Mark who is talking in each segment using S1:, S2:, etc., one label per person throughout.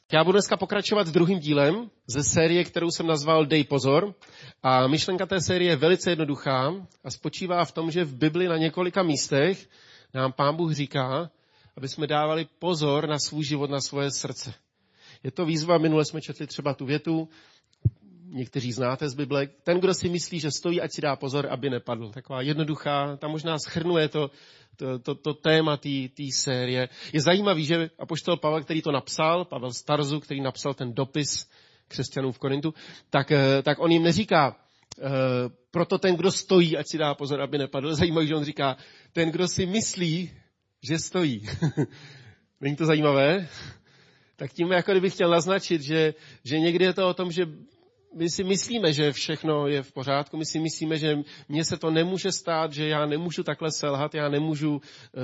S1: Já budu dneska pokračovat s druhým dílem ze série, kterou jsem nazval Dej pozor. A myšlenka té série je velice jednoduchá a spočívá v tom, že v Bibli na několika místech nám Pán Bůh říká, aby jsme dávali pozor na svůj život, na svoje srdce. Je to výzva, minule jsme četli třeba tu větu, někteří znáte z Bible, ten, kdo si myslí, že stojí, ať si dá pozor, aby nepadl. Taková jednoduchá, tam možná shrnuje to téma té série. Je zajímavý, že apoštol Pavel, který to napsal, Pavel z Tarzu, který napsal ten dopis křesťanům v Korintu, tak on jim neříká, proto ten, kdo stojí, ať si dá pozor, aby nepadl. Zajímavý, že on říká, ten, kdo si myslí, že stojí. Není to zajímavé? Tak tím jako kdybych chtěl naznačit, že někdy je to o tom, že my si myslíme, že všechno je v pořádku, my si myslíme, že mně se to nemůže stát, že já nemůžu takhle selhat, já nemůžu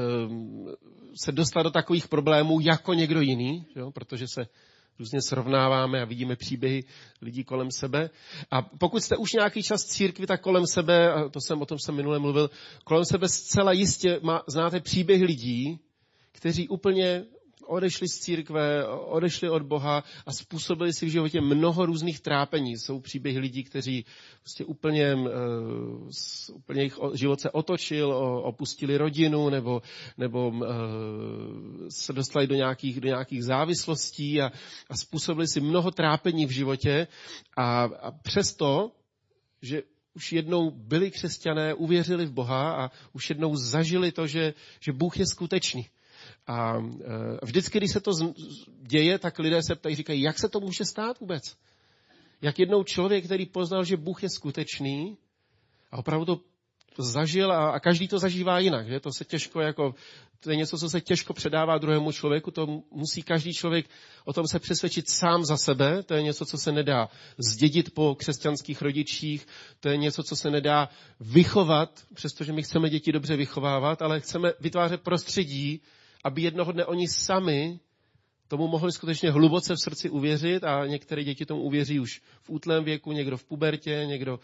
S1: se dostat do takových problémů jako někdo jiný, jo? Protože se různě srovnáváme a vidíme příběhy lidí kolem sebe. A pokud jste už nějaký čas v církvi, tak kolem sebe, a o tom jsem minule mluvil, kolem sebe zcela jistě znáte příběh lidí, kteří úplně odešli z církve, odešli od Boha a způsobili si v životě mnoho různých trápení. Jsou příběhy lidí, kteří prostě úplně jejich život se otočil, opustili rodinu nebo se dostali do nějakých závislostí a způsobili si mnoho trápení v životě a přesto, že už jednou byli křesťané, uvěřili v Boha a už jednou zažili to, že Bůh je skutečný. A vždycky, když se to děje, tak lidé se ptají, říkají, jak se to může stát vůbec? Jak jednou člověk, který poznal, že Bůh je skutečný a opravdu to zažil a každý to zažívá jinak, že? To je něco, co se těžko předává druhému člověku, to musí každý člověk o tom se přesvědčit sám za sebe, to je něco, co se nedá zdědit po křesťanských rodičích, to je něco, co se nedá vychovat, přestože my chceme děti dobře vychovávat, ale chceme vytvářet prostředí, aby jednoho dne oni sami tomu mohli skutečně hluboce v srdci uvěřit a některé děti tomu uvěří už v útlém věku, někdo v pubertě, někdo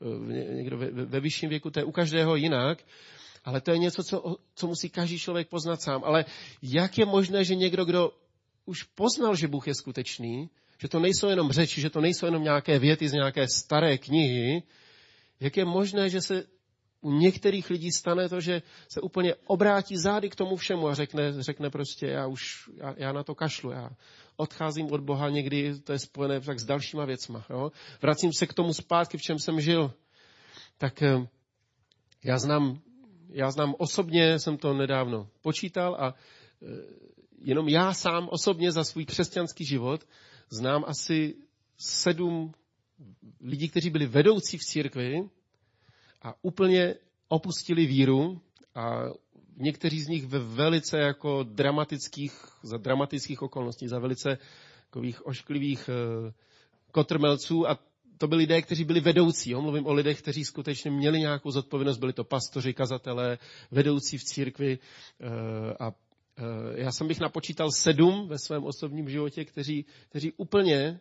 S1: ve vyšším věku, to je u každého jinak, ale to je něco, co musí každý člověk poznat sám. Ale jak je možné, že někdo, kdo už poznal, že Bůh je skutečný, že to nejsou jenom řeči, že to nejsou jenom nějaké věty z nějaké staré knihy, jak je možné, že se u některých lidí stane to, že se úplně obrátí zády k tomu všemu a řekne prostě, já na to kašlu, já odcházím od Boha, někdy to je spojené tak s dalšíma věcma. Jo? Vracím se k tomu zpátky, v čem jsem žil. Tak já znám osobně, jsem to nedávno počítal a jenom já sám osobně za svůj křesťanský život znám asi 7 lidí, kteří byli vedoucí v církvi, a úplně opustili víru a někteří z nich ve velice jako dramatických okolností, za velice takových ošklivých kotrmelců a to byli lidé, kteří byli vedoucí. Jo? Mluvím o lidech, kteří skutečně měli nějakou zodpovědnost, byli to pastoři, kazatelé, vedoucí v církvi a já jsem bych napočítal 7 ve svém osobním životě, kteří úplně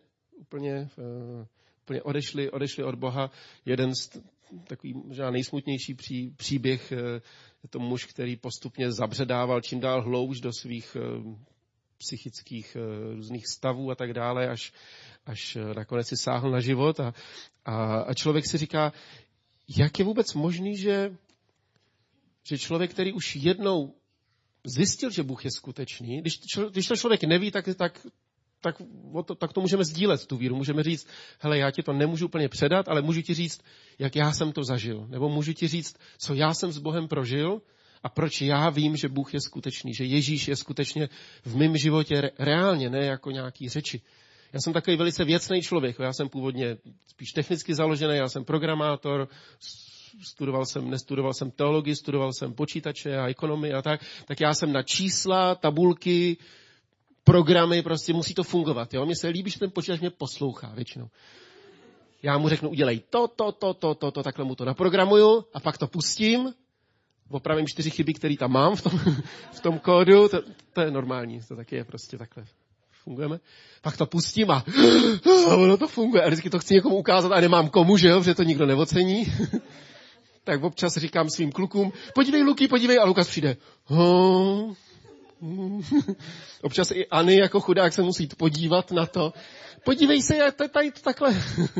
S1: odešli od Boha. Jeden z takový možná nejsmutnější příběh je to muž, který postupně zabředával čím dál hloubš do svých psychických různých stavů a tak dále, až nakonec si sáhl na život a člověk si říká, jak je vůbec možný, že člověk, který už jednou zjistil, že Bůh je skutečný, když to člověk neví, tak to můžeme sdílet, tu víru. Můžeme říct, hele, já ti to nemůžu úplně předat, ale můžu ti říct, jak já jsem to zažil. Nebo můžu ti říct, co já jsem s Bohem prožil a proč já vím, že Bůh je skutečný, že Ježíš je skutečně v mém životě reálně, ne jako nějaký řeči. Já jsem takový velice věcný člověk. Já jsem původně spíš technicky založený, já jsem programátor, nestudoval jsem teologii, studoval jsem počítače a ekonomii a tak já jsem na čísla, tabulky, programy, prostě musí to fungovat. Jo? Mně se líbí, že ten počítač mě poslouchá většinou. Já mu řeknu, udělej to, takhle mu to naprogramuju a pak to pustím, opravím 4 chyby, které tam mám v tom kódu, to je normální, to taky je prostě takhle. Fungujeme. Pak to pustím a ono to funguje. A vždycky to chci někomu ukázat a nemám komu, že jo, protože to nikdo neocení. Tak občas říkám svým klukům, podívej Luky, podívej, a Lukas přijde. Občas i Ani jako chudák se musí podívat na to. Podívej se, jak tady to takhle.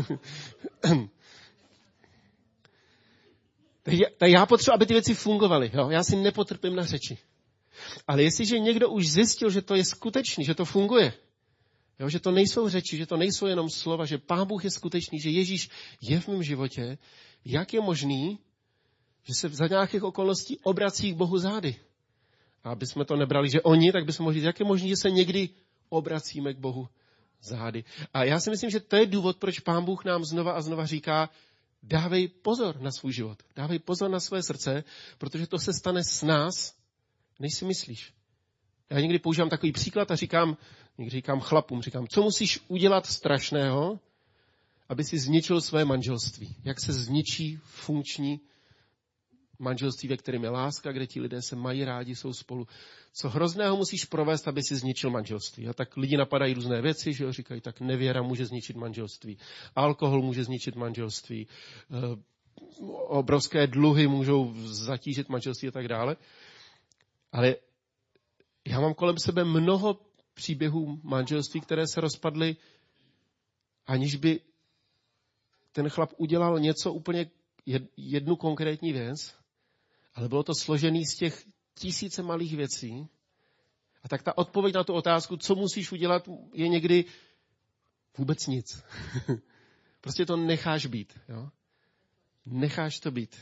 S1: Tak já potřebuji, aby ty věci fungovaly. Jo? Já si nepotrpím na řeči. Ale jestliže někdo už zjistil, že to je skutečný, že to funguje, jo? Že to nejsou řeči, že to nejsou jenom slova, že Pán Bůh je skutečný, že Ježíš je v mém životě, jak je možný, že se za nějakých okolností obrací k Bohu zády? A aby jsme to nebrali, že oni, tak bychom mohli říct, jak je možné, že se někdy obracíme k Bohu zády. A já si myslím, že to je důvod, proč Pán Bůh nám znova a znova říká, dávej pozor na svůj život, dávej pozor na své srdce, protože to se stane s nás, než si myslíš. Já někdy používám takový příklad a někdy říkám chlapům, co musíš udělat strašného, aby si zničil své manželství. Jak se zničí funkční manželství, ve kterém je láska, kde ti lidé se mají rádi, jsou spolu. Co hrozného musíš provést, aby si zničil manželství. A tak lidi napadají různé věci, že jo, říkají, tak nevěra může zničit manželství. Alkohol může zničit manželství. Obrovské dluhy můžou zatížit manželství a tak dále. Ale já mám kolem sebe mnoho příběhů manželství, které se rozpadly, aniž by ten chlap udělal něco úplně jednu konkrétní věc, ale bylo to složené z těch tisíce malých věcí. A tak ta odpověď na tu otázku, co musíš udělat, je někdy vůbec nic. Prostě to necháš být. Jo? Necháš to být.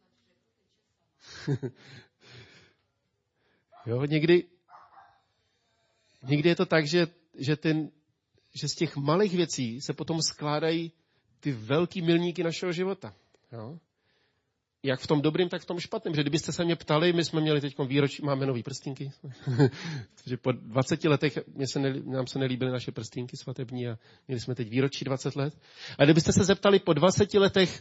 S1: Jo, někdy je to tak, že z těch malých věcí se potom skládají ty velký milníky našeho života. Jo? Jak v tom dobrým, tak v tom špatném. Že kdybyste se mě ptali, my jsme měli teď výročí, máme nový prstínky, že po 20 letech nám se nelíbily naše prstínky svatební a měli jsme teď výročí 20 let. A kdybyste se zeptali po 20 letech,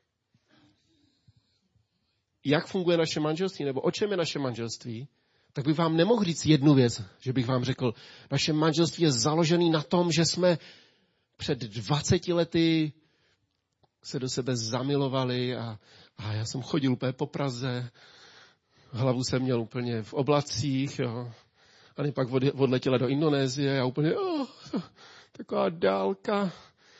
S1: jak funguje naše manželství, nebo o čem je naše manželství, tak bych vám nemohl říct jednu věc, že bych vám řekl, naše manželství je založené na tom, že jsme před 20 lety se do sebe zamilovali a já jsem chodil úplně po Praze, hlavu jsem měl úplně v oblacích, jo. A pak odletěla do Indonésie a úplně, taková dálka.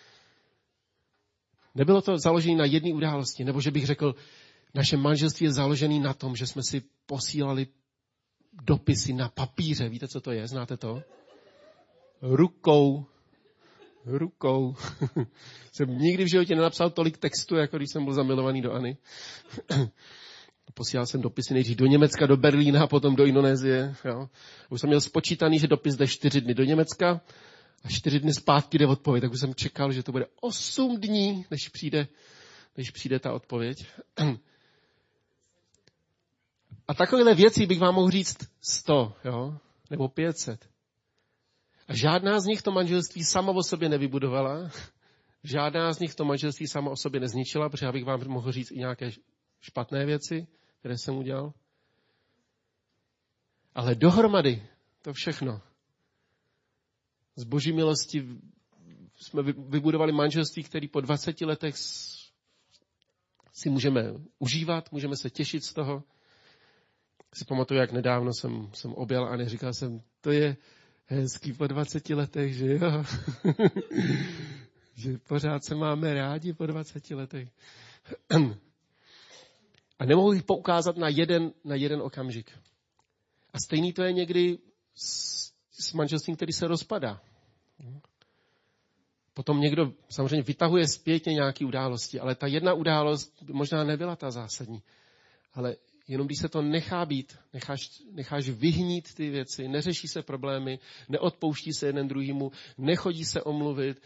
S1: Nebylo to založené na jedné události, nebo že bych řekl, naše manželství je založené na tom, že jsme si posílali dopisy na papíře. Víte, co to je? Znáte to? Rukou. Jsem nikdy v životě nenapsal tolik textu, jako když jsem byl zamilovaný do Ani. Posílal jsem dopisy nejdřív do Německa, do Berlína, potom do Indonésie. Jo. Už jsem měl spočítaný, že dopis jde 4 dny do Německa a 4 dny zpátky jde odpověď. Tak už jsem čekal, že to bude 8 dní, než přijde ta odpověď. A takovéhle věci bych vám mohl říct 100, jo? Nebo 500. A žádná z nich to manželství sama o sobě nevybudovala. Žádná z nich to manželství sama o sobě nezničila, protože já bych vám mohl říct i nějaké špatné věci, které jsem udělal. Ale dohromady to všechno. Z boží milosti jsme vybudovali manželství, který po 20 letech si můžeme užívat, můžeme se těšit z toho. Si pamatuju, jak nedávno jsem objel a neříkal jsem, to je hezký po 20 letech, že jo? Že pořád se máme rádi po 20 letech. A nemohu jich poukázat na jeden okamžik. A stejný to je někdy s manželstvím, který se rozpadá. Potom někdo samozřejmě vytahuje zpětně nějaké události, ale ta jedna událost možná nebyla ta zásadní. Ale jenom když se to nechá být, necháš vyhnít ty věci, neřeší se problémy, neodpouští se jeden druhýmu, nechodí se omluvit,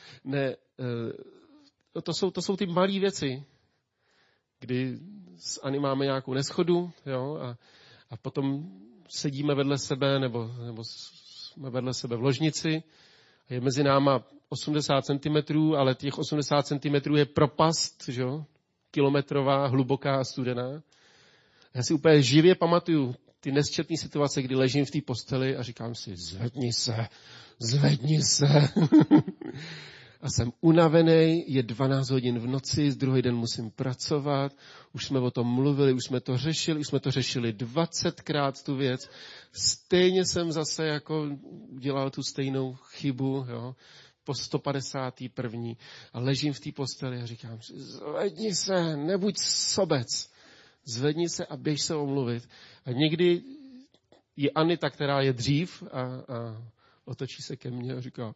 S1: to jsou ty malé věci, kdy s Ani máme nějakou neschodu, jo, a potom sedíme vedle sebe nebo jsme vedle sebe v ložnici a je mezi náma 80 cm, ale těch 80 cm je propast, že jo, kilometrová, hluboká a studená. Já si úplně živě pamatuju ty nesčetné situace, kdy ležím v té posteli a říkám si, zvedni se. a jsem unavený, je 12 hodin v noci, druhý den musím pracovat, už jsme o tom mluvili, už jsme to řešili 20krát tu věc, stejně jsem zase jako dělal tu stejnou chybu, jo, po 151. a ležím v té posteli a říkám, zvedni se, nebuď sobec, zvedni se a běž se omluvit. A někdy je Anita, která je dřív a otočí se ke mně a říká,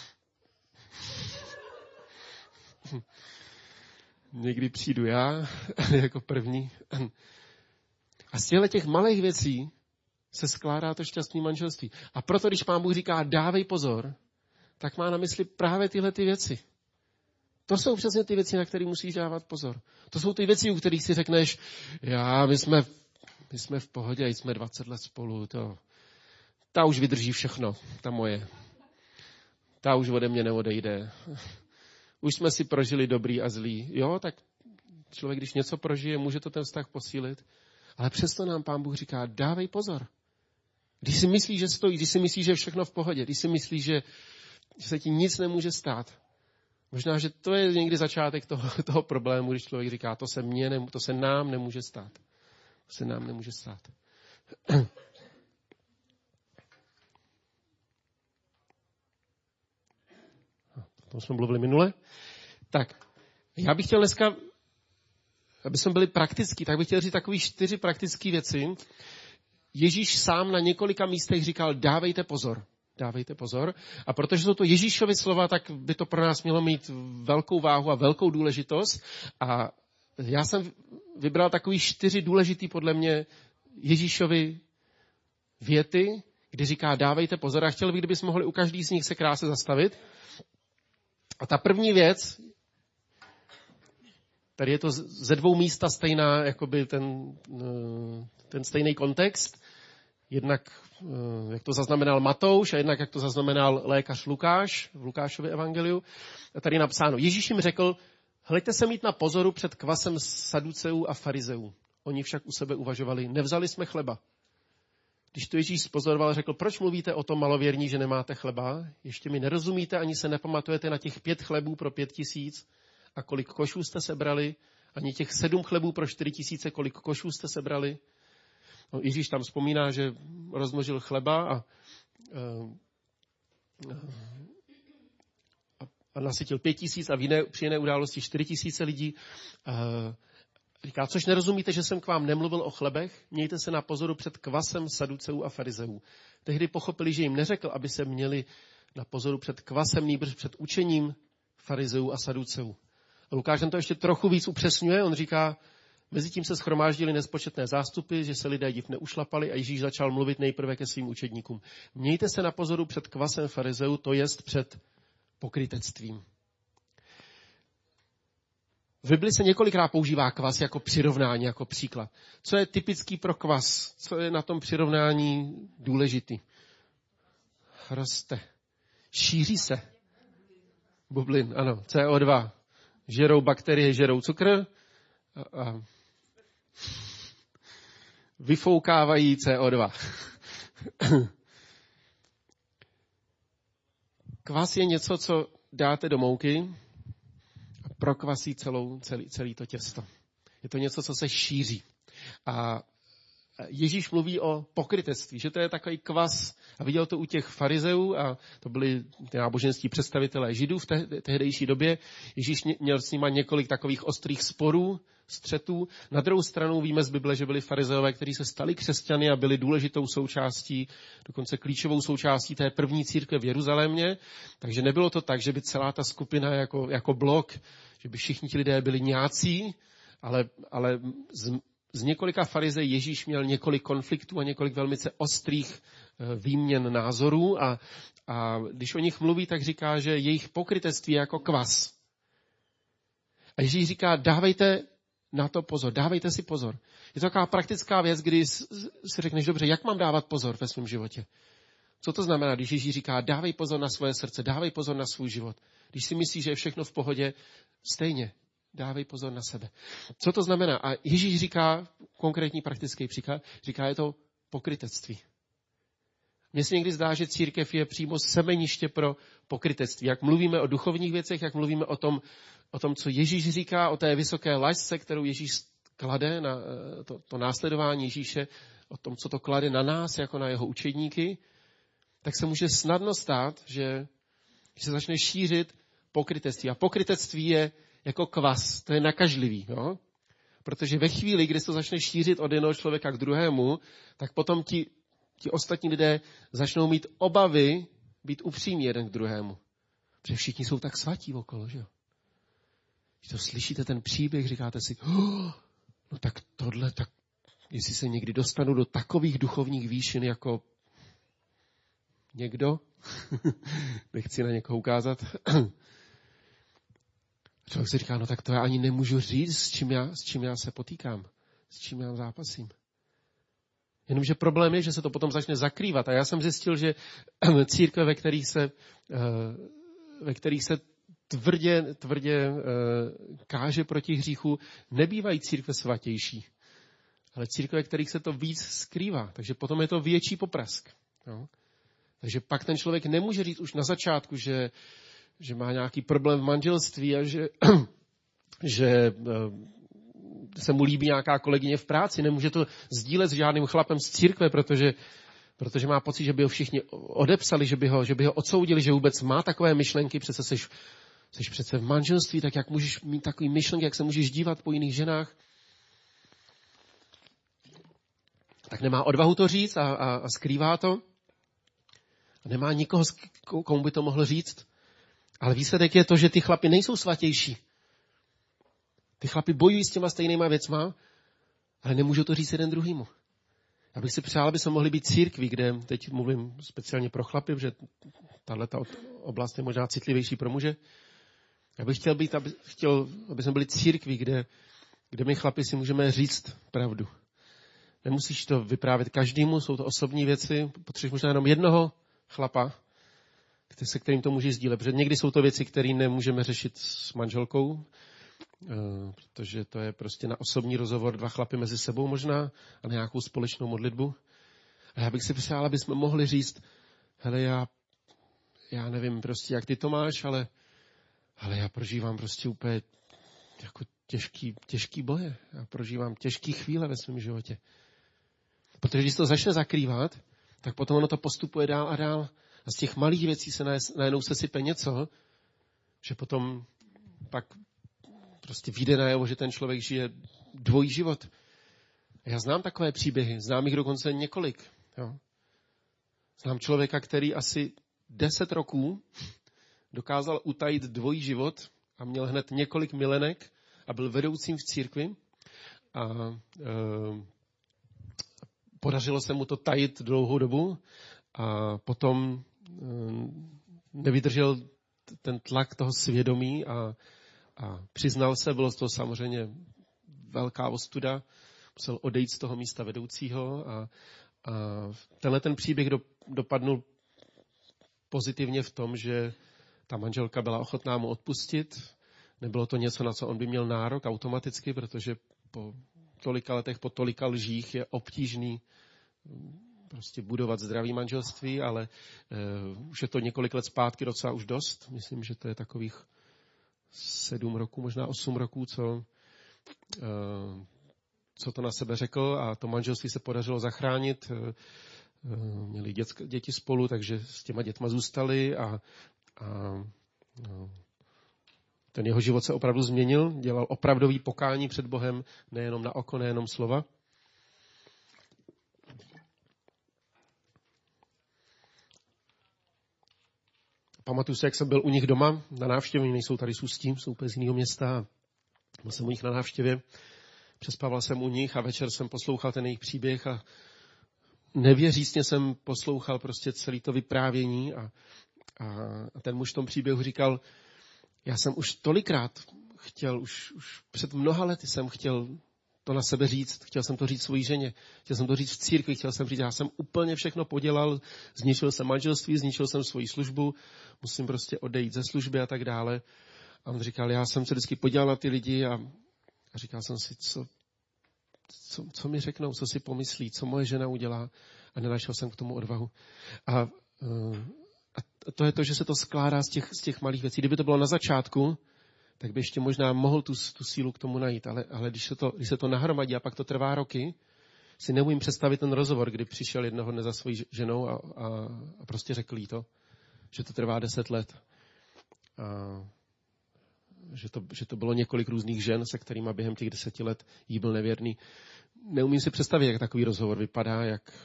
S1: někdy přijdu já jako první. A z těch malých věcí se skládá to šťastný manželství. A proto, když Pán Bůh říká, dávej pozor, tak má na mysli právě tyhle ty věci. To jsou přesně ty věci, na které musíš dávat pozor. To jsou ty věci, u kterých si řekneš, my jsme v pohodě, jsme 20 let spolu, ta už vydrží všechno, ta moje. Ta už ode mě neodejde. Už jsme si prožili dobrý a zlý. Jo, tak člověk, když něco prožije, může to ten vztah posílit. Ale přesto nám Pán Bůh říká, dávej pozor. Když si myslíš, že stojí, když si myslíš, že je všechno v pohodě, když si myslíš, že se ti nic nemůže stát. Možná, že to je někdy začátek toho problému, když člověk říká, to se nám nemůže stát. To se nám nemůže stát. O tom jsme mluvili minule. Tak, já bych chtěl dneska, aby jsme byli praktický, tak bych chtěl říct takový 4 praktické věci. Ježíš sám na několika místech říkal, dávejte pozor. Dávejte pozor. A protože jsou to Ježíšovy slova, tak by to pro nás mělo mít velkou váhu a velkou důležitost. A já jsem vybral takový 4 důležitý podle mě Ježíšovy věty, kdy říká, dávejte pozor. A chtěl bych, kdybychom mohli u každý z nich se krásně zastavit. A ta první věc, tady je to ze 2 místa stejná, jakoby ten stejný kontext. Jednak, jak to zaznamenal Matouš a jednak, jak to zaznamenal lékař Lukáš v Lukášově evangeliu. A tady je napsáno, Ježíš jim řekl, hleďte se mít na pozoru před kvasem saduceů a farizeů. Oni však u sebe uvažovali, nevzali jsme chleba. Když to Ježíš pozoroval, řekl, proč mluvíte o tom malověrní, že nemáte chleba? Ještě mi nerozumíte, ani se nepamatujete na těch 5 chlebů pro 5 000 a kolik košů jste sebrali? Ani těch 7 chlebů pro 4 000, kolik košů jste sebrali? No, Ježíš tam vzpomíná, že rozmnožil chleba a nasytil 5 000 a při jiné události 4 000 lidí. Říká, což nerozumíte, že jsem k vám nemluvil o chlebech? Mějte se na pozoru před kvasem saduceů a farizeů. Tehdy pochopili, že jim neřekl, aby se měli na pozoru před kvasem, nýbrž před učením farizeů a saduceů. A Lukáš to ještě trochu víc upřesňuje. On říká, mezitím se shromáždili nespočetné zástupy, že se lidé div neušlapali a Ježíš začal mluvit nejprve ke svým učedníkům. Mějte se na pozoru před kvasem farizeů, to jest před pokrytectvím. V Bibli se několikrát používá kvas jako přirovnání, jako příklad. Co je typický pro kvas? Co je na tom přirovnání důležitý? Roste. Šíří se. Bublin, ano. CO2. Žerou bakterie, žerou cukr a vyfoukávají CO2. Kvas je něco, co dáte do mouky a prokvasí celý to těsto. Je to něco, co se šíří. A Ježíš mluví o pokrytectví, že to je takový kvas. A viděl to u těch farizeů a to byli ty náboženství představitelé Židů v tehdejší době. Ježíš měl s nima několik takových ostrých sporů, střetů. Na druhou stranu víme z Bible, že byli farizeové, kteří se stali křesťany a byli důležitou součástí, dokonce klíčovou součástí té první církve v Jeruzalémě. Takže nebylo to tak, že by celá ta skupina jako blok, že by všichni ti lidé byli nějací, ale z několika farizej Ježíš měl několik konfliktů a několik velmi ostrých výměn názorů a když o nich mluví, tak říká, že jejich pokrytectví je jako kvas. A Ježíš říká, dávejte na to pozor, dávejte si pozor. Je to taková praktická věc, kdy si řekneš, dobře, jak mám dávat pozor ve svém životě? Co to znamená, když Ježíš říká, dávej pozor na svoje srdce, dávej pozor na svůj život. Když si myslíš, že je všechno v pohodě, stejně. Dávej pozor na sebe. Co to znamená? A Ježíš říká, konkrétní praktický příklad, říká, je to pokrytectví. Mně se někdy zdá, že církev je přímo semeniště pro pokrytectví. Jak mluvíme o duchovních věcech, jak mluvíme o tom, co Ježíš říká, o té vysoké laťce, kterou Ježíš klade na to následování Ježíše, o tom, co to klade na nás, jako na jeho učedníky, tak se může snadno stát, že se začne šířit pokrytectví. A pokrytectví je jako kvas, to je nakažlivý. Jo? Protože ve chvíli, kdy se to začne šířit od jednoho člověka k druhému, tak potom ti ostatní lidé začnou mít obavy být upřímní jeden k druhému. Protože všichni jsou tak svatí okolo, že jo. Když to slyšíte ten příběh, říkáte si, no tak tohle, tak jestli se někdy dostanu do takových duchovních výšin jako někdo, nechci na někoho ukázat, člověk si říká, no tak to já ani nemůžu říct, s čím já se potýkám, s čím já zápasím. Jenomže problém je, že se to potom začne zakrývat. A já jsem zjistil, že církve, ve kterých se tvrdě káže proti hříchu, nebývají církve svatější. Ale církve, ve kterých se to víc skrývá. Takže potom je to větší poprask. No. Takže pak ten člověk nemůže říct už na začátku, že má nějaký problém v manželství a že se mu líbí nějaká kolegyně v práci. Nemůže to sdílet s žádným chlapem z církve, protože má pocit, že by ho všichni odepsali, že by ho odsoudili, že vůbec má takové myšlenky. Přece seš přece v manželství, tak jak můžeš mít takový myšlenky, jak se můžeš dívat po jiných ženách. Tak nemá odvahu to říct a skrývá to. A nemá nikoho, komu by to mohl říct. Ale výsledek je to, že ty chlapi nejsou svatější. Ty chlapi bojují s těma stejnýma věcma, ale nemůžou to říct jeden druhýmu. Já bych si přál, aby jsme mohli být církví, kde, teď mluvím speciálně pro chlapy, protože tato oblast je možná citlivější pro muže. Já bych chtěl, aby jsme byli církví, kde my chlapi si můžeme říct pravdu. Nemusíš to vyprávět každému, jsou to osobní věci, potřebuješ možná jenom jednoho chlapa, se kterým to můžeš sdílet. Protože někdy jsou to věci, které nemůžeme řešit s manželkou, protože to je prostě na osobní rozhovor dva chlapy mezi sebou možná a na nějakou společnou modlitbu. A já bych si přál, aby jsme mohli říct, hele, já nevím prostě, jak ty to máš, ale já prožívám prostě úplně jako těžký boje. Já prožívám těžký chvíle ve svém životě. Protože když to začne zakrývat, tak potom ono to postupuje dál a dál. A z těch malých věcí se najednou sesype něco, že potom pak prostě vyjde najevo, že ten člověk žije dvojí život. A já znám takové příběhy, znám jich dokonce několik. Jo. Znám člověka, který asi 10 roků dokázal utajit dvojí život a měl hned několik milenek a byl vedoucím v církvi. A podařilo se mu to tajit dlouhou dobu a potom nevydržel ten tlak toho svědomí a přiznal se, bylo to samozřejmě velká ostuda, musel odejít z toho místa vedoucího a tenhle ten příběh dopadnul pozitivně v tom, že ta manželka byla ochotná mu odpustit. Nebylo to něco, na co on by měl nárok automaticky, protože po tolika letech, po tolika lžích je obtížný prostě budovat zdravý manželství, ale už je to několik let zpátky docela už dost. Myslím, že to je takových 7 roků, možná 8 roků, co to na sebe řekl a to manželství se podařilo zachránit. Měli děti spolu, takže s těma dětma zůstali a ten jeho život se opravdu změnil, dělal opravdový pokání před Bohem, nejenom na oko, nejenom slova. Pamatuju se, jak jsem byl u nich doma na návštěvě, oni nejsou tady s Ústím, jsou úplně z jiného města. Byl jsem u nich na návštěvě, přespával jsem u nich a večer jsem poslouchal ten jejich příběh a nevěřícně jsem poslouchal prostě celé to vyprávění a ten muž v tom příběhu říkal, já jsem už tolikrát chtěl, už před mnoha lety jsem chtěl to na sebe říct, chtěl jsem to říct svojí ženě, chtěl jsem to říct v církvi, chtěl jsem říct, já jsem úplně všechno podělal, zničil jsem manželství, zničil jsem svoji službu, musím prostě odejít ze služby a tak dále. A on říkal, já jsem se vždycky podíval na ty lidi a říkal jsem si, co mi řeknou, co si pomyslí, co moje žena udělá. A nenašel jsem k tomu odvahu. A to je to, že se to skládá z těch malých věcí. Kdyby to bylo na začátku, tak by ještě možná mohl tu sílu k tomu najít. Ale když se to nahromadí a pak to trvá roky, si neumím představit ten rozhovor, kdy přišel jednoho dne za svojí ženou a prostě řekl jí to, že to trvá 10 let. A že to bylo několik různých žen, se kterými během těch 10 let jí byl nevěrný. Neumím si představit, jak takový rozhovor vypadá,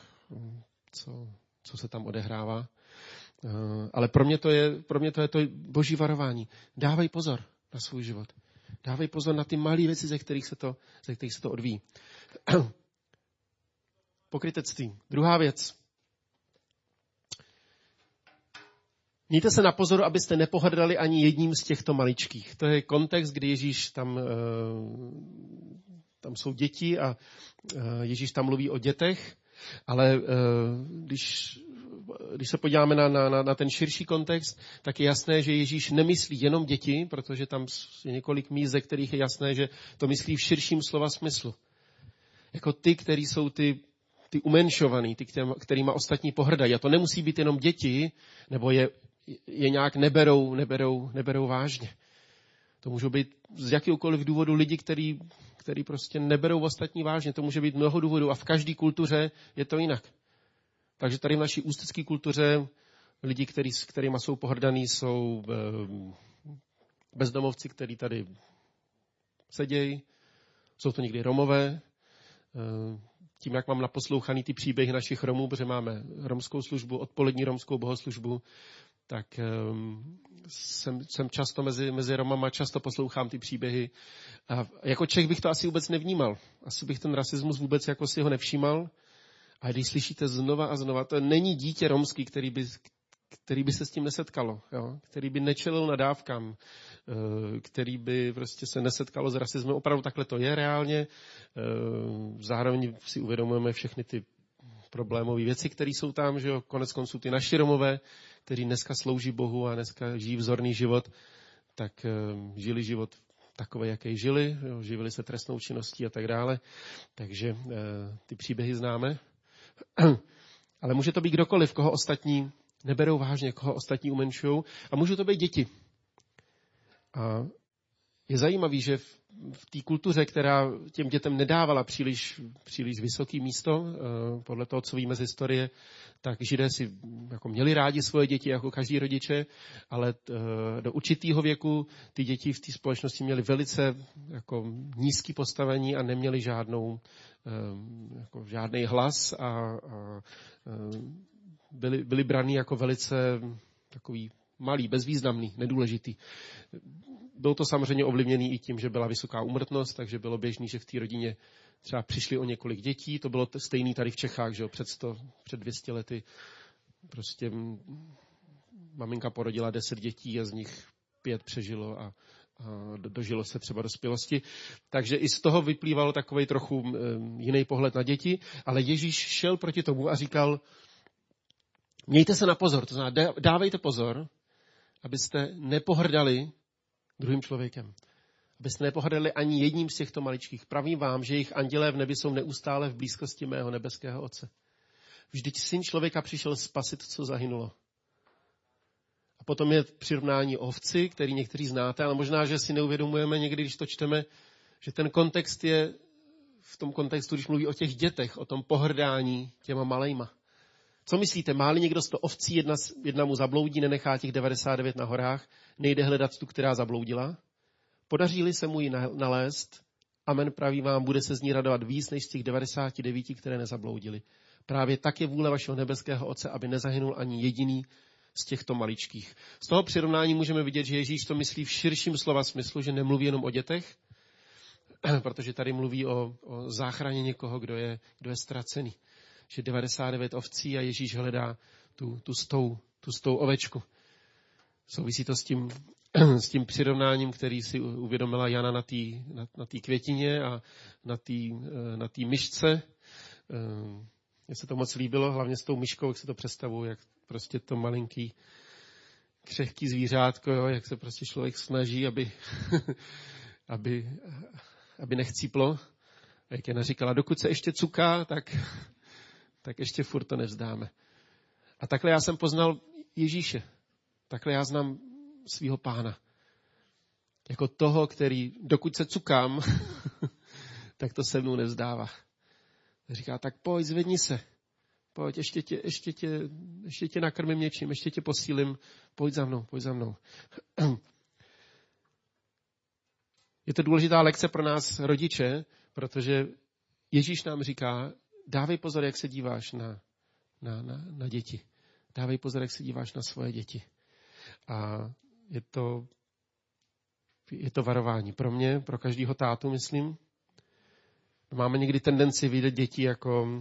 S1: co se tam odehrává. Ale pro mě to je to boží varování. Dávej pozor na svůj život. Dávej pozor na ty malé věci, ze kterých se to odvíjí. Pokrytectví. Druhá věc. Mějte se na pozoru, abyste nepohrdali ani jedním z těchto maličkých. To je kontext, kdy Ježíš tam jsou děti a Ježíš tam mluví o dětech, ale když se podíváme na ten širší kontext, tak je jasné, že Ježíš nemyslí jenom děti, protože tam je několik míst, ze kterých je jasné, že to myslí v širším slova smyslu. Jako ty, kteří jsou ty umenšovaný, ty, kterýma ostatní pohrdají. A to nemusí být jenom děti, nebo je nějak neberou vážně. To můžou být z jakéhokoliv důvodu lidi, který prostě neberou ostatní vážně. To může být mnoho důvodů a v každé kultuře je to jinak. Takže tady v naší ústecké kultuře lidi, s kterými jsou pohrdaný, jsou bezdomovci, kteří tady sedějí. Jsou to někdy Romové. Tím, jak mám naposlouchaný ty příběhy našich Romů, protože máme romskou službu, odpolední romskou bohoslužbu, tak jsem často mezi Romama, často poslouchám ty příběhy. A jako Čech bych to asi vůbec nevnímal. Asi bych ten rasismus vůbec jako si ho nevšímal. A když slyšíte znova a znova, to není dítě romský, který by se s tím nesetkalo, jo? Který by nečelil nadávkám, který by prostě se nesetkalo s rasismem. Opravdu takhle to je reálně. Zároveň si uvědomujeme všechny ty problémové věci, které jsou tam, že jo? Konec konců ty naši Romové, kteří dneska slouží Bohu a dneska žijí vzorný život, tak žili život takové, jaký žili, jo? Živili se trestnou činností a tak dále. Takže ty příběhy známe. Ale může to být kdokoliv, koho ostatní neberou vážně, koho ostatní umenšují. A můžou to být děti. A je zajímavý, že v té kultuře, která těm dětem nedávala příliš vysoké místo, podle toho, co víme z historie, tak Židé si jako měli rádi svoje děti, jako každý rodiče, ale do určitého věku ty děti v té společnosti měly velice jako nízké postavení a neměly žádný hlas a byli braní jako velice takový malý, bezvýznamný, nedůležitý. Bylo to samozřejmě ovlivněné i tím, že byla vysoká úmrtnost, takže bylo běžné, že v té rodině třeba přišli o několik dětí. To bylo stejný tady v Čechách, že jo, před 200 lety. Prostě maminka porodila 10 dětí a z nich 5 přežilo a dožilo se třeba dospělosti. Takže i z toho vyplývalo takovej trochu jiný pohled na děti, ale Ježíš šel proti tomu a říkal, mějte se na pozor, to znamená, dávejte pozor, abyste nepohrdali druhým člověkem. Abyste nepohrdali ani jedním z těchto maličkých. Pravím vám, že jejich andělé v nebi jsou neustále v blízkosti mého nebeského Otce. Vždyť Syn člověka přišel spasit, co zahynulo. A potom je přirovnání ovci, který někteří znáte, ale možná, že si neuvědomujeme někdy, když to čteme, že ten kontext je v tom kontextu, když mluví o těch dětech, o tom pohrdání těma malejma. Co myslíte, má-li někdo 100 ovcí, jedna mu zabloudí, nenechá těch 99 na horách, nejde hledat tu, která zabloudila? Podaří-li se mu ji nalézt, amen praví vám, bude se z ní radovat víc než z těch 99, které nezabloudili. Právě tak je vůle vašeho nebeského Otce, aby nezahynul ani jediný z těchto maličkých. Z toho přirovnání můžeme vidět, že Ježíš to myslí v širším slova smyslu, že nemluví jenom o dětech, protože tady mluví o záchraně někoho, kdo je ztracený. Že 99 ovcí a Ježíš hledá tu stou ovečku. Souvisí to s tím přirovnáním, který si uvědomila Jana na té květině a na té myšce. Mně se to moc líbilo, hlavně s tou myškou, jak se to představuje, jak prostě to malinký křehký zvířátko, jo, jak se prostě člověk snaží, aby nechcíplo. Jak Jana říkala, dokud se ještě cuká, tak ještě furt to nevzdáme. A takhle já jsem poznal Ježíše. Takhle já znám svého Pána. Jako toho, který dokud se cukám, tak to se mnou nevzdává. Říká, tak pojď, zvedni se. Pojď, ještě tě nakrmím něčím, ještě tě posílím. Pojď za mnou. Je to důležitá lekce pro nás rodiče, protože Ježíš nám říká, dávej pozor, jak se díváš na děti. Dávej pozor, jak se díváš na svoje děti. A je to varování pro mě, pro každého tátu, myslím. Máme někdy tendenci vidět děti jako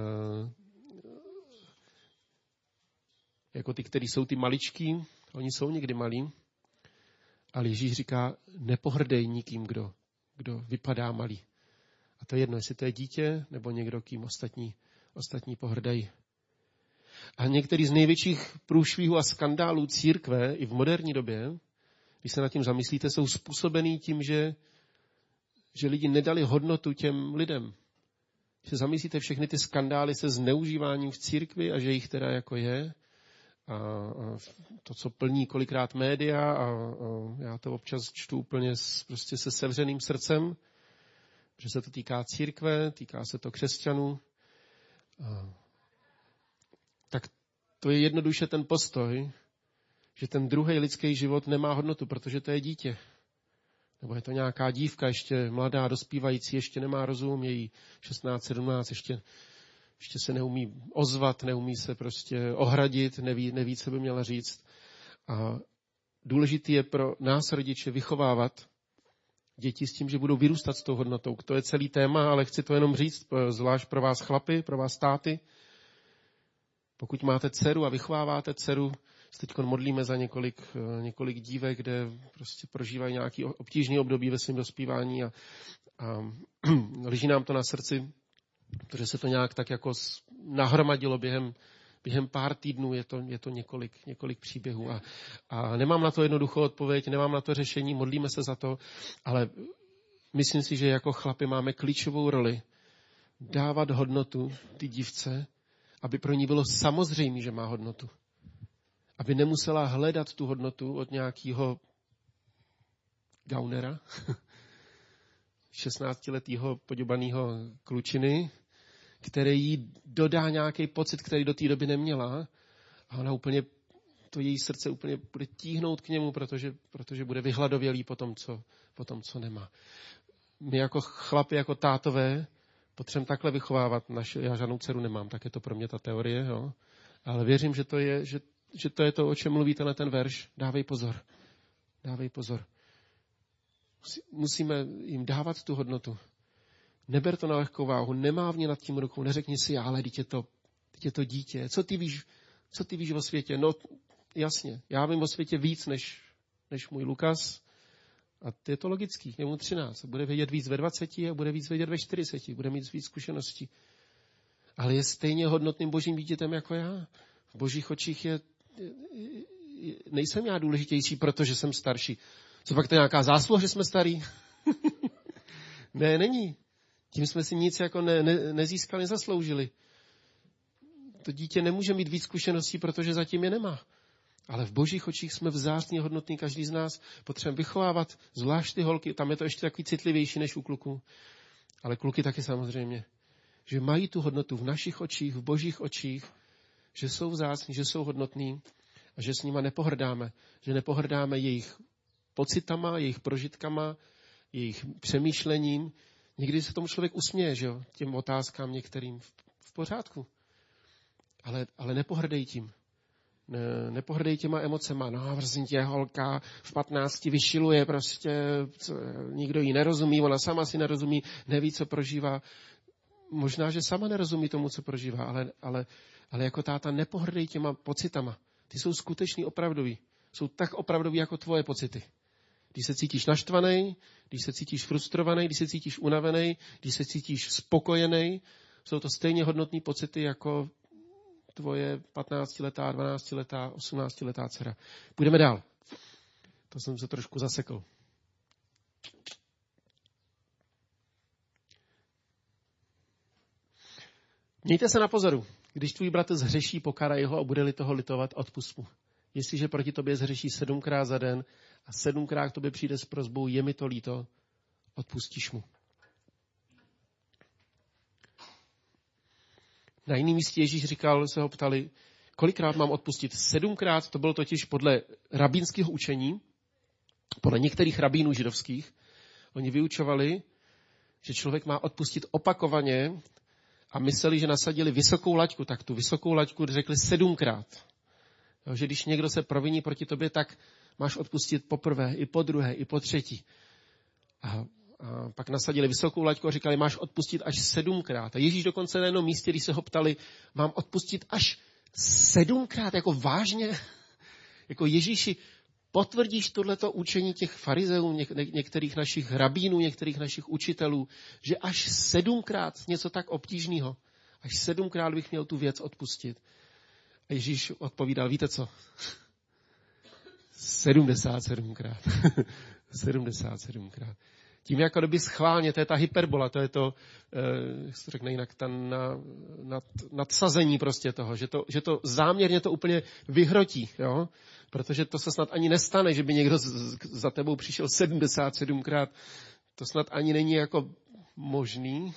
S1: ty, kteří jsou ty maličký. Oni jsou někdy malí. Ale Ježíš říká, nepohrdej nikým, kdo vypadá malý. A to je jedno, jestli to je dítě, nebo někdo, kým ostatní pohrdají. A některý z největších průšvihů a skandálů církve i v moderní době, když se nad tím zamyslíte, jsou způsobený tím, že lidi nedali hodnotu těm lidem. Když se zamyslíte všechny ty skandály se zneužíváním v církvi a že jich teda jako je, a to, co plní kolikrát média a já to občas čtu úplně prostě se sevřeným srdcem, že se to týká církve, týká se to křesťanů. Tak to je jednoduše ten postoj, že ten druhý lidský život nemá hodnotu, protože to je dítě. Nebo je to nějaká dívka, ještě mladá, dospívající, ještě nemá rozum, její 16, 17, ještě se neumí ozvat, neumí se prostě ohradit, neví, co by měla říct. A důležitý je pro nás rodiče vychovávat děti s tím, že budou vyrůstat s tou hodnotou. To je celý téma, ale chci to jenom říct, zvlášť pro vás chlapy, pro vás táty. Pokud máte dceru a vychováváte dceru, se teď modlíme za několik dívek, kde prostě prožívají nějaký obtížný období ve svém dospívání a leží nám to na srdci, protože se to nějak tak jako nahromadilo během pár týdnů, je to několik příběhů. A nemám na to jednoduchou odpověď, nemám na to řešení, modlíme se za to, ale myslím si, že jako chlapi máme klíčovou roli dávat hodnotu ty dívce, aby pro ní bylo samozřejmé, že má hodnotu. Aby nemusela hledat tu hodnotu od nějakého gaunera, 16letého poděbaného klučiny, který jí dodá nějaký pocit, který do té doby neměla a ona úplně, to její srdce úplně bude tíhnout k němu, protože bude vyhladovělý po tom, co nemá. My jako chlapi, jako tátové potřebujeme takhle vychovávat. Já žádnou dceru nemám, tak je to pro mě ta teorie, jo? Ale věřím, že to je to, o čem mluvíte na ten verš. Dávej pozor. Musíme jim dávat tu hodnotu. Neber to na lehkou váhu, nemávni nad tím rukou, neřekni si, ale teď je to dítě. Co ty víš o světě? No jasně, já vím o světě víc než můj Lukas. A je to logický, je mu 13. Bude vědět víc ve 20 a bude víc vědět ve 40. Bude mít víc zkušeností. Ale je stejně hodnotným božím dítětem jako já. V božích očích nejsem já důležitější, protože jsem starší. Co pak to je nějaká zásluha, že jsme starý? Ne, není. Tím jsme si nic jako nezískali, nezasloužili. To dítě nemůže mít víc zkušeností, protože zatím je nemá. Ale v božích očích jsme vzácně hodnotní, každý z nás. Potřebujeme vychovávat, zvlášť ty holky, tam je to ještě takový citlivější než u kluků. Ale kluky taky samozřejmě. Že mají tu hodnotu v našich očích, v božích očích, že jsou vzácní, že jsou hodnotní a že s nima nepohrdáme. Že nepohrdáme jejich pocitama, jejich prožitkama, jejich přemýšlením. Někdy se tomu člověk usměje, že jo, těm otázkám některým v pořádku. Ale nepohrdej tím. Nepohrdej těma emocema. No, vrzím tě, holka v 15 vyšiluje prostě, nikdo jí nerozumí, ona sama si nerozumí, neví, co prožívá. Možná, že sama nerozumí tomu, co prožívá, ale jako táta nepohrdej těma pocitama. Ty jsou skutečný, opravdový. Jsou tak opravdový jako tvoje pocity. Když se cítíš naštvaný, když se cítíš frustrovaný, když se cítíš unavený, když se cítíš spokojený, jsou to stejně hodnotné pocity jako tvoje 15letá, 12letá, 18letá dcera. Půjdeme dál. To jsem se trošku zasekl. Mějte se na pozoru. Když tvůj bratr zhřeší, pokárej ho a bude-li toho litovat, odpusť mu. Jestliže proti tobě zhřeší 7krát za den a 7krát k tobě přijde s prosbou, je mi to líto, odpustíš mu. Na jiném místě Ježíš říkal, se ho ptali, kolikrát mám odpustit? 7krát, to bylo totiž podle rabínského učení, podle některých rabínů židovských. Oni vyučovali, že člověk má odpustit opakovaně a mysleli, že nasadili vysokou laťku, tak tu vysokou laťku řekli 7krát. Jo, že když někdo se proviní proti tobě, tak máš odpustit poprvé, i po druhé, i po třetí. A pak nasadili vysokou laťku a říkali, máš odpustit až 7krát. A Ježíš dokonce na jednom místě, když se ho ptali, mám odpustit až 7krát, jako vážně? Jako Ježíši, potvrdíš tohleto učení těch farizeů, některých našich rabínů, některých našich učitelů, že až 7krát něco tak obtížného, až 7krát bych měl tu věc odpustit. A Ježíš odpovídal, víte co? 77krát. 77krát. Tím jako doby schválně, to je ta hyperbola, to je to, jak se to řekne jinak, nadsazení prostě toho, že to záměrně to úplně vyhrotí, jo? Protože to se snad ani nestane, že by někdo za tebou přišel 77krát. To snad ani není jako možný.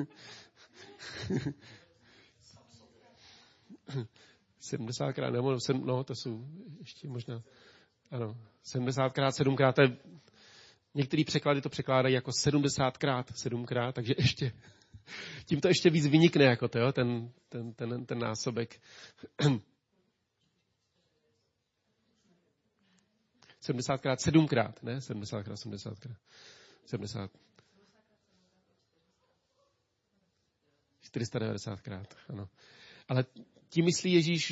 S1: 70krát, nebo no, to jsou ještě možná, ano, 70krát, 7krát, to je, některý překlady to překládají jako 70krát, 7krát, takže ještě, tím to ještě víc vynikne, jako to, jo, ten násobek. 70krát, 7krát, ne? 70krát, 70krát. 70. 490krát, ano. Ale tím myslí Ježíš,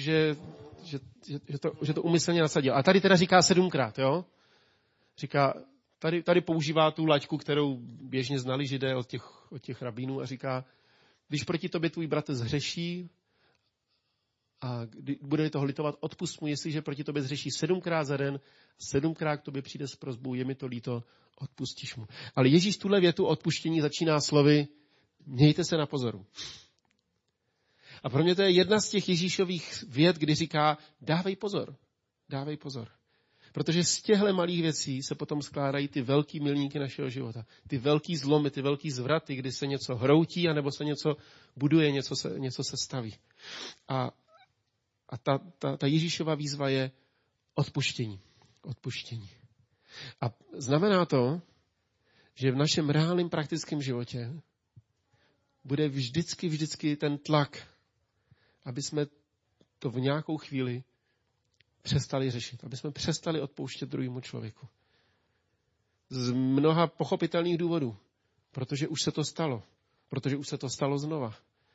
S1: že to umyslně nasadil. A tady teda říká 7krát, jo? Říká, tady používá tu laťku, kterou běžně znali Židé od těch rabínů a říká, když proti tobě tvůj bratr zhřeší a bude toho litovat, odpusť mu, jestliže proti tobě zhřeší 7krát za den, 7krát k tobě přijde s prosbou, je mi to líto, odpustíš mu. Ale Ježíš tuhle větu odpuštění začíná slovy, mějte se na pozoru. A pro mě to je jedna z těch Ježíšových vět, kdy říká, dávej pozor, dávej pozor. Protože z těchto malých věcí se potom skládají ty velký milníky našeho života. Ty velký zlomy, ty velký zvraty, kdy se něco hroutí, anebo se něco buduje, něco se staví. A ta Ježíšova výzva je odpuštění. Odpuštění. A znamená to, že v našem reálném praktickém životě bude vždycky ten tlak, aby jsme to v nějakou chvíli přestali řešit, aby jsme přestali odpouštět druhému člověku. Z mnoha pochopitelných důvodů. Protože už se to stalo. Protože už se to stalo znova.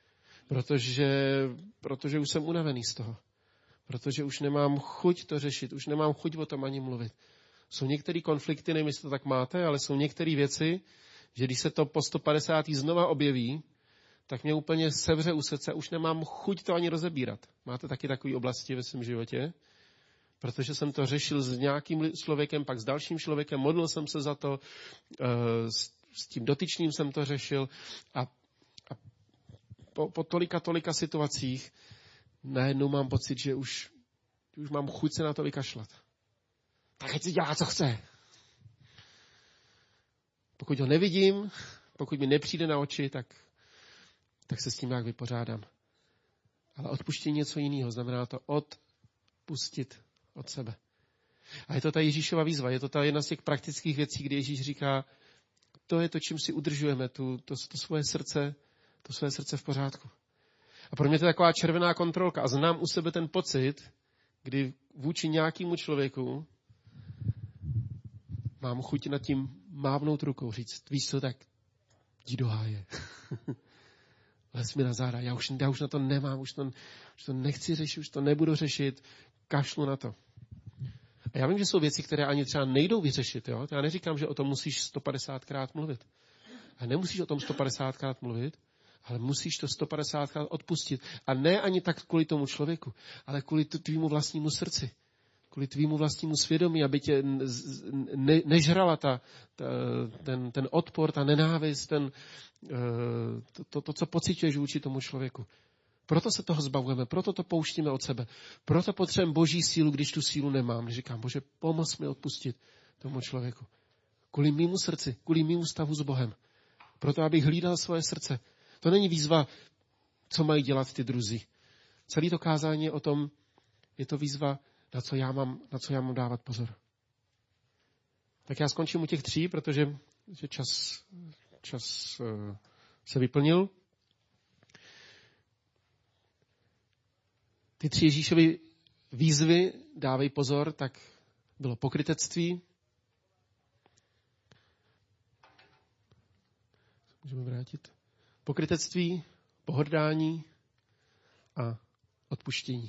S1: Protože už jsem unavený z toho. Protože už nemám chuť to řešit, už nemám chuť o tom ani mluvit. Jsou některé konflikty, nevím, jestli to tak máte, ale jsou některé věci, že když se to po 150. znova objeví, tak mě úplně sevře u srdce, už nemám chuť to ani rozebírat. Máte taky takové oblasti ve svém životě? Protože jsem to řešil s nějakým člověkem, pak s dalším člověkem, modlil jsem se za to, s tím dotyčným jsem to řešil a po tolika situacích najednou mám pocit, že už mám chuť se na to vykašlat. Tak ať si dělá, co chce. Pokud ho nevidím, pokud mi nepřijde na oči, tak se s tím nějak vypořádám. Ale odpuštění něco jiného, znamená to odpustit od sebe. A je to ta Ježíšova výzva, je to ta jedna z těch praktických věcí, kdy Ježíš říká, to je to, čím si udržujeme, to svoje srdce v pořádku. A pro mě to je taková červená kontrolka a znám u sebe ten pocit, kdy vůči nějakému člověku mám chuť nad tím mávnout rukou, říct, víš co, tak jdi do háje. Les mi na záda, já už na to nemám, už to nechci řešit, už to nebudu řešit, kašlu na to. A já vím, že jsou věci, které ani třeba nejdou vyřešit. Jo? Já neříkám, že o tom musíš 150krát mluvit. A nemusíš o tom 150krát mluvit, ale musíš to 150krát odpustit. A ne ani tak kvůli tomu člověku, ale kvůli tvýmu vlastnímu srdci. Kvůli tvýmu vlastnímu svědomí, aby tě nežrala ten odpor, ta nenávist, to, co pociťuješ vůči tomu člověku. Proto se toho zbavujeme, proto to pouštíme od sebe. Proto potřebujeme Boží sílu, když tu sílu nemám. Když říkám, Bože, pomoz mi odpustit tomu člověku. Kvůli mému srdci, kvůli mému stavu s Bohem. Proto, abych hlídal svoje srdce. To není výzva, co mají dělat ty druzí. Celý to kázání je o tom, je to výzva, na co já mám dávat pozor. Tak já skončím u těch 3, protože čas se vyplnil. Ty 3 Ježíšovy výzvy, dávej pozor, tak bylo pokrytectví. Můžeme vrátit. Pokrytectví, pohrdání a odpuštění.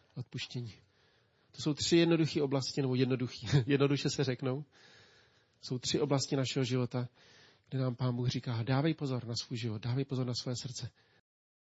S1: To jsou 3 jednoduché oblasti, nebo jednoduše se řeknou. Jsou 3 oblasti našeho života, kde nám Pán Bůh říká, dávej pozor na svůj život, dávej pozor na své srdce.